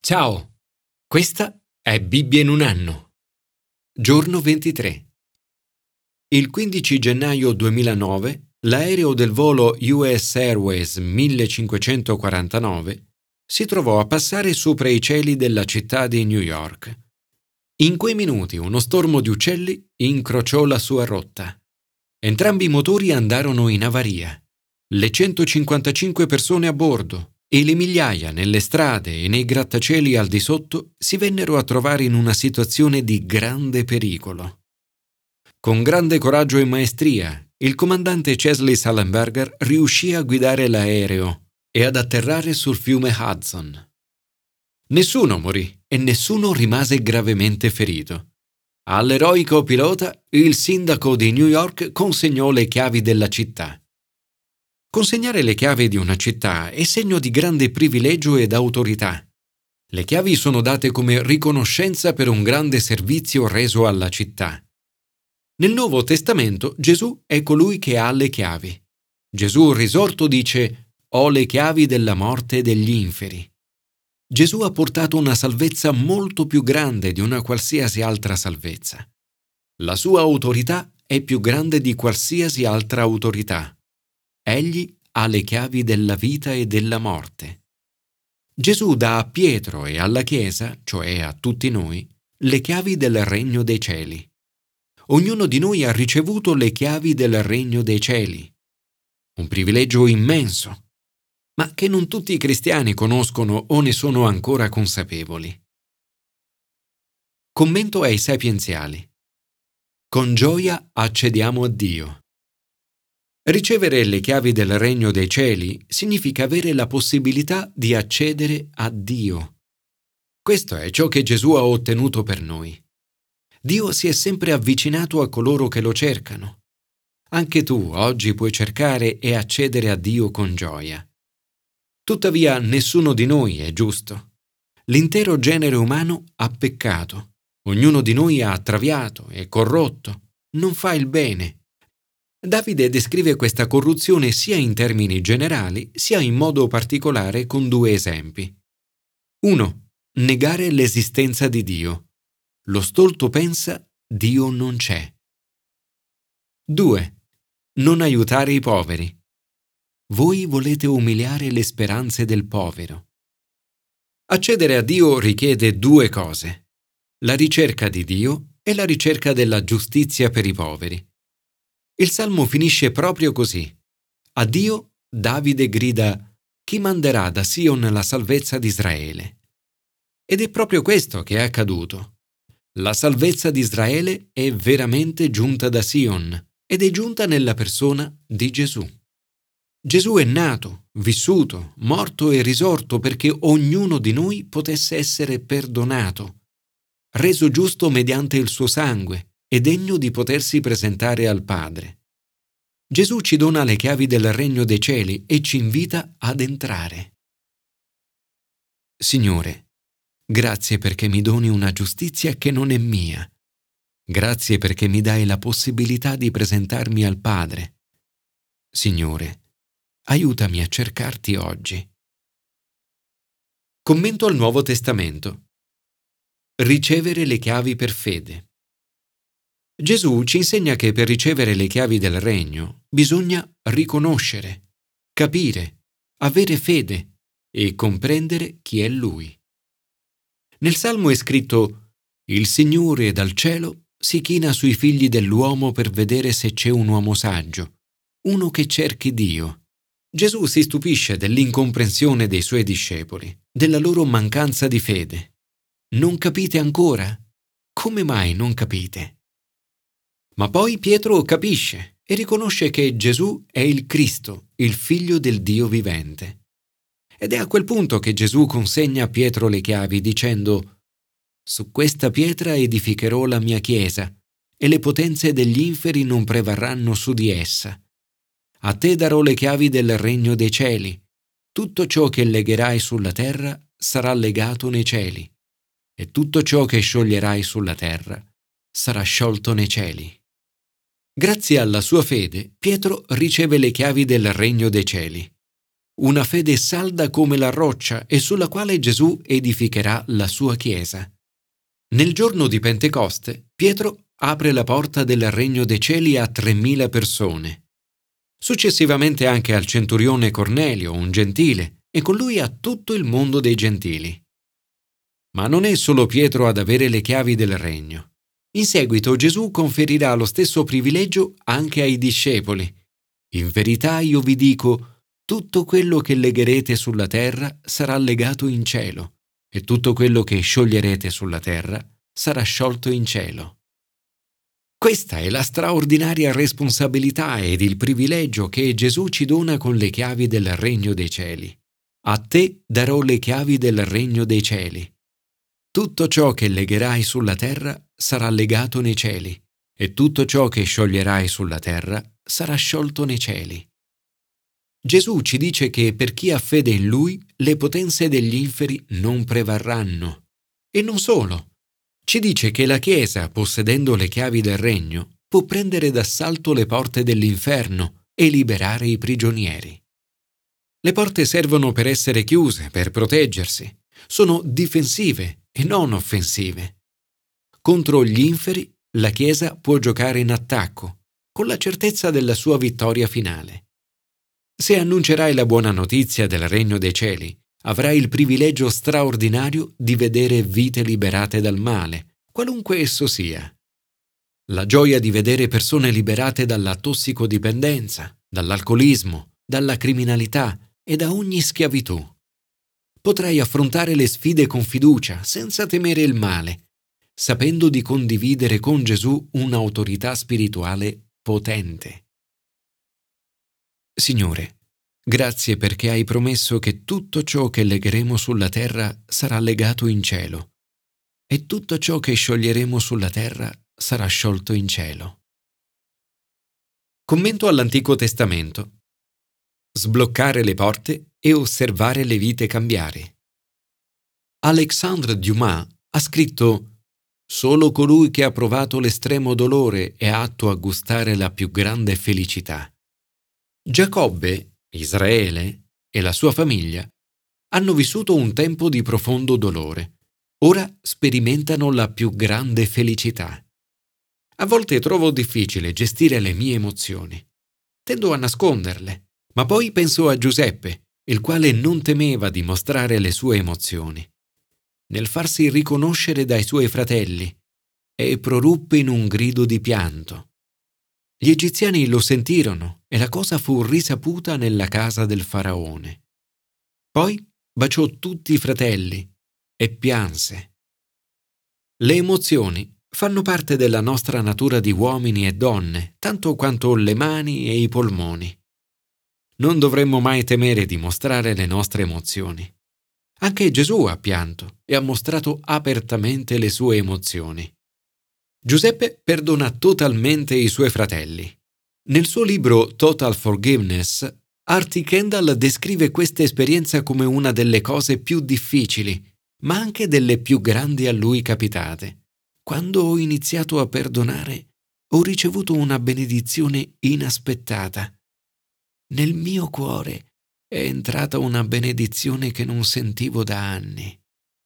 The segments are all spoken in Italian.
Ciao, questa è Bibbia in un anno. Giorno 23. Il 15 gennaio 2009 l'aereo del volo US Airways 1549 si trovò a passare sopra i cieli della città di New York. In quei minuti uno stormo di uccelli incrociò la sua rotta. Entrambi i motori andarono in avaria. Le 155 persone a bordo e le migliaia nelle strade e nei grattacieli al di sotto si vennero a trovare in una situazione di grande pericolo. Con grande coraggio e maestria, il comandante Chesley Sullenberger riuscì a guidare l'aereo e ad atterrare sul fiume Hudson. Nessuno morì e nessuno rimase gravemente ferito. All'eroico pilota, il sindaco di New York consegnò le chiavi della città. Consegnare le chiavi di una città è segno di grande privilegio ed autorità. Le chiavi sono date come riconoscenza per un grande servizio reso alla città. Nel Nuovo Testamento Gesù è colui che ha le chiavi. Gesù risorto dice: «Ho le chiavi della morte e degli inferi». Gesù ha portato una salvezza molto più grande di una qualsiasi altra salvezza. La sua autorità è più grande di qualsiasi altra autorità. Egli ha le chiavi della vita e della morte. Gesù dà a Pietro e alla Chiesa, cioè a tutti noi, le chiavi del regno dei cieli. Ognuno di noi ha ricevuto le chiavi del regno dei cieli. Un privilegio immenso, ma che non tutti i cristiani conoscono o ne sono ancora consapevoli. Commento ai Sapienziali. Con gioia accediamo a Dio. Ricevere le chiavi del regno dei cieli significa avere la possibilità di accedere a Dio. Questo è ciò che Gesù ha ottenuto per noi. Dio si è sempre avvicinato a coloro che lo cercano. Anche tu oggi puoi cercare e accedere a Dio con gioia. Tuttavia nessuno di noi è giusto. L'intero genere umano ha peccato. Ognuno di noi ha traviato, è corrotto, non fa il bene. Davide descrive questa corruzione sia in termini generali, sia in modo particolare con due esempi. 1. Negare l'esistenza di Dio. Lo stolto pensa: Dio non c'è. 2. Non aiutare i poveri. Voi volete umiliare le speranze del povero. Accedere a Dio richiede due cose: la ricerca di Dio e la ricerca della giustizia per i poveri. Il Salmo finisce proprio così. A Dio Davide grida: «Chi manderà da Sion la salvezza di Israele?» Ed è proprio questo che è accaduto. La salvezza di Israele è veramente giunta da Sion ed è giunta nella persona di Gesù. Gesù è nato, vissuto, morto e risorto perché ognuno di noi potesse essere perdonato, reso giusto mediante il suo sangue e degno di potersi presentare al Padre. Gesù ci dona le chiavi del regno dei cieli e ci invita ad entrare. Signore, grazie perché mi doni una giustizia che non è mia. Grazie perché mi dai la possibilità di presentarmi al Padre. Signore, aiutami a cercarti oggi. Commento al Nuovo Testamento. Ricevere le chiavi per fede. Gesù ci insegna che per ricevere le chiavi del regno bisogna riconoscere, capire, avere fede e comprendere chi è Lui. Nel Salmo è scritto: «Il Signore dal cielo si china sui figli dell'uomo per vedere se c'è un uomo saggio, uno che cerchi Dio». Gesù si stupisce dell'incomprensione dei suoi discepoli, della loro mancanza di fede. Non capite ancora? Come mai non capite? Ma poi Pietro capisce e riconosce che Gesù è il Cristo, il Figlio del Dio vivente. Ed è a quel punto che Gesù consegna a Pietro le chiavi dicendo: «Su questa pietra edificherò la mia chiesa, e le potenze degli inferi non prevarranno su di essa. A te darò le chiavi del regno dei cieli. Tutto ciò che legherai sulla terra sarà legato nei cieli, e tutto ciò che scioglierai sulla terra sarà sciolto nei cieli». Grazie alla sua fede, Pietro riceve le chiavi del regno dei cieli. una fede salda come la roccia e sulla quale Gesù edificherà la sua Chiesa. Nel giorno di Pentecoste, Pietro apre la porta del regno dei cieli a 3.000 persone. Successivamente anche al centurione Cornelio, un gentile, e con lui a tutto il mondo dei gentili. Ma non è solo Pietro ad avere le chiavi del regno. In seguito Gesù conferirà lo stesso privilegio anche ai discepoli. In verità io vi dico, tutto quello che legherete sulla terra sarà legato in cielo, e tutto quello che scioglierete sulla terra sarà sciolto in cielo. Questa è la straordinaria responsabilità ed il privilegio che Gesù ci dona con le chiavi del regno dei cieli. A te darò le chiavi del regno dei cieli. Tutto ciò che legherai sulla terra sarà legato nei cieli, e tutto ciò che scioglierai sulla terra sarà sciolto nei cieli. Gesù ci dice che per chi ha fede in Lui, le potenze degli inferi non prevarranno. E non solo. Ci dice che la Chiesa, possedendo le chiavi del regno, può prendere d'assalto le porte dell'inferno e liberare i prigionieri. Le porte servono per essere chiuse, per proteggersi. Sono difensive e non offensive. Contro gli inferi, la Chiesa può giocare in attacco, con la certezza della sua vittoria finale. Se annuncerai la buona notizia del regno dei cieli, avrai il privilegio straordinario di vedere vite liberate dal male, qualunque esso sia. La gioia di vedere persone liberate dalla tossicodipendenza, dall'alcolismo, dalla criminalità e da ogni schiavitù. Potrai affrontare le sfide con fiducia, senza temere il male, sapendo di condividere con Gesù un'autorità spirituale potente. Signore, grazie perché hai promesso che tutto ciò che legheremo sulla terra sarà legato in cielo, e tutto ciò che scioglieremo sulla terra sarà sciolto in cielo. Commento all'Antico Testamento. Sbloccare le porte e osservare le vite cambiare. Alexandre Dumas ha scritto: «Solo colui che ha provato l'estremo dolore è atto a gustare la più grande felicità». Giacobbe, Israele e la sua famiglia hanno vissuto un tempo di profondo dolore. Ora sperimentano la più grande felicità. A volte trovo difficile gestire le mie emozioni. Tendo a nasconderle. Ma poi penso a Giuseppe, il quale non temeva di mostrare le sue emozioni. Nel farsi riconoscere dai suoi fratelli, e proruppe in un grido di pianto. Gli egiziani lo sentirono e la cosa fu risaputa nella casa del faraone. Poi baciò tutti i fratelli e pianse. Le emozioni fanno parte della nostra natura di uomini e donne, tanto quanto le mani e i polmoni. Non dovremmo mai temere di mostrare le nostre emozioni. Anche Gesù ha pianto e ha mostrato apertamente le sue emozioni. Giuseppe perdona totalmente i suoi fratelli. Nel suo libro Total Forgiveness, Artie Kendall descrive questa esperienza come una delle cose più difficili, ma anche delle più grandi a lui capitate. Quando ho iniziato a perdonare, ho ricevuto una benedizione inaspettata. Nel mio cuore è entrata una benedizione che non sentivo da anni.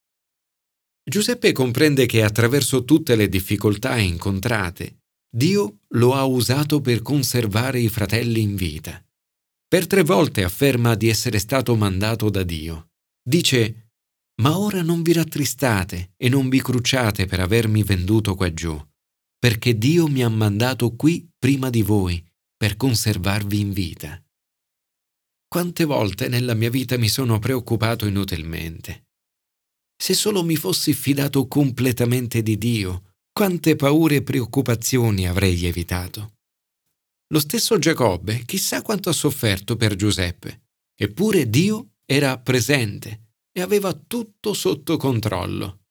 Giuseppe comprende che attraverso tutte le difficoltà incontrate, Dio lo ha usato per conservare i fratelli in vita. Per 3 volte afferma di essere stato mandato da Dio. Dice: «Ma ora non vi rattristate e non vi crucciate per avermi venduto qua giù, perché Dio mi ha mandato qui prima di voi per conservarvi in vita». Quante volte nella mia vita mi sono preoccupato inutilmente. Se solo mi fossi fidato completamente di Dio, quante paure e preoccupazioni avrei evitato. Lo stesso Giacobbe, chissà quanto ha sofferto per Giuseppe, eppure Dio era presente e aveva tutto sotto controllo.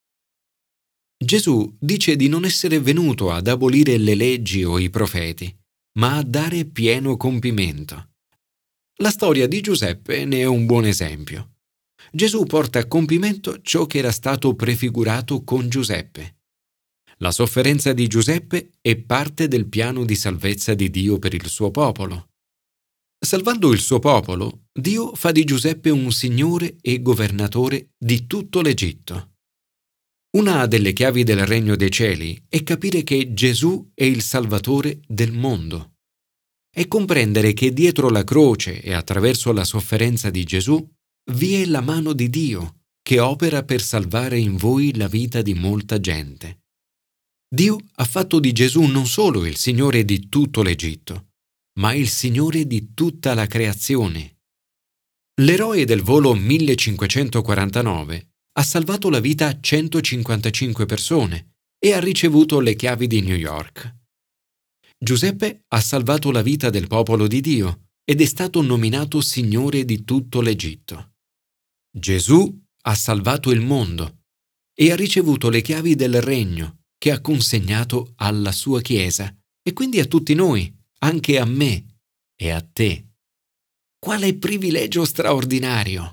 Gesù dice di non essere venuto ad abolire le leggi o i profeti, ma a dare pieno compimento. La storia di Giuseppe ne è un buon esempio. Gesù porta a compimento ciò che era stato prefigurato con Giuseppe. La sofferenza di Giuseppe è parte del piano di salvezza di Dio per il suo popolo. Salvando il suo popolo, Dio fa di Giuseppe un signore e governatore di tutto l'Egitto. Una delle chiavi del regno dei cieli è capire che Gesù è il Salvatore del mondo. È comprendere che dietro la croce e attraverso la sofferenza di Gesù vi è la mano di Dio che opera per salvare in voi la vita di molta gente. Dio ha fatto di Gesù non solo il Signore di tutto l'Egitto, ma il Signore di tutta la creazione. L'eroe del volo 1549 ha salvato la vita a 155 persone e ha ricevuto le chiavi di New York. Giuseppe ha salvato la vita del popolo di Dio ed è stato nominato Signore di tutto l'Egitto. Gesù ha salvato il mondo e ha ricevuto le chiavi del regno che ha consegnato alla sua Chiesa e quindi a tutti noi, anche a me e a te. Quale privilegio straordinario!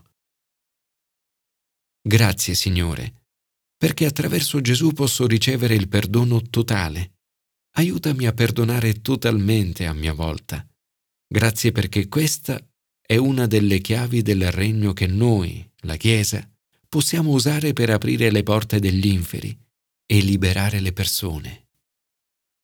Grazie, Signore, perché attraverso Gesù posso ricevere il perdono totale. Aiutami a perdonare totalmente a mia volta. Grazie perché questa è una delle chiavi del regno che noi, la Chiesa, possiamo usare per aprire le porte degli inferi e liberare le persone.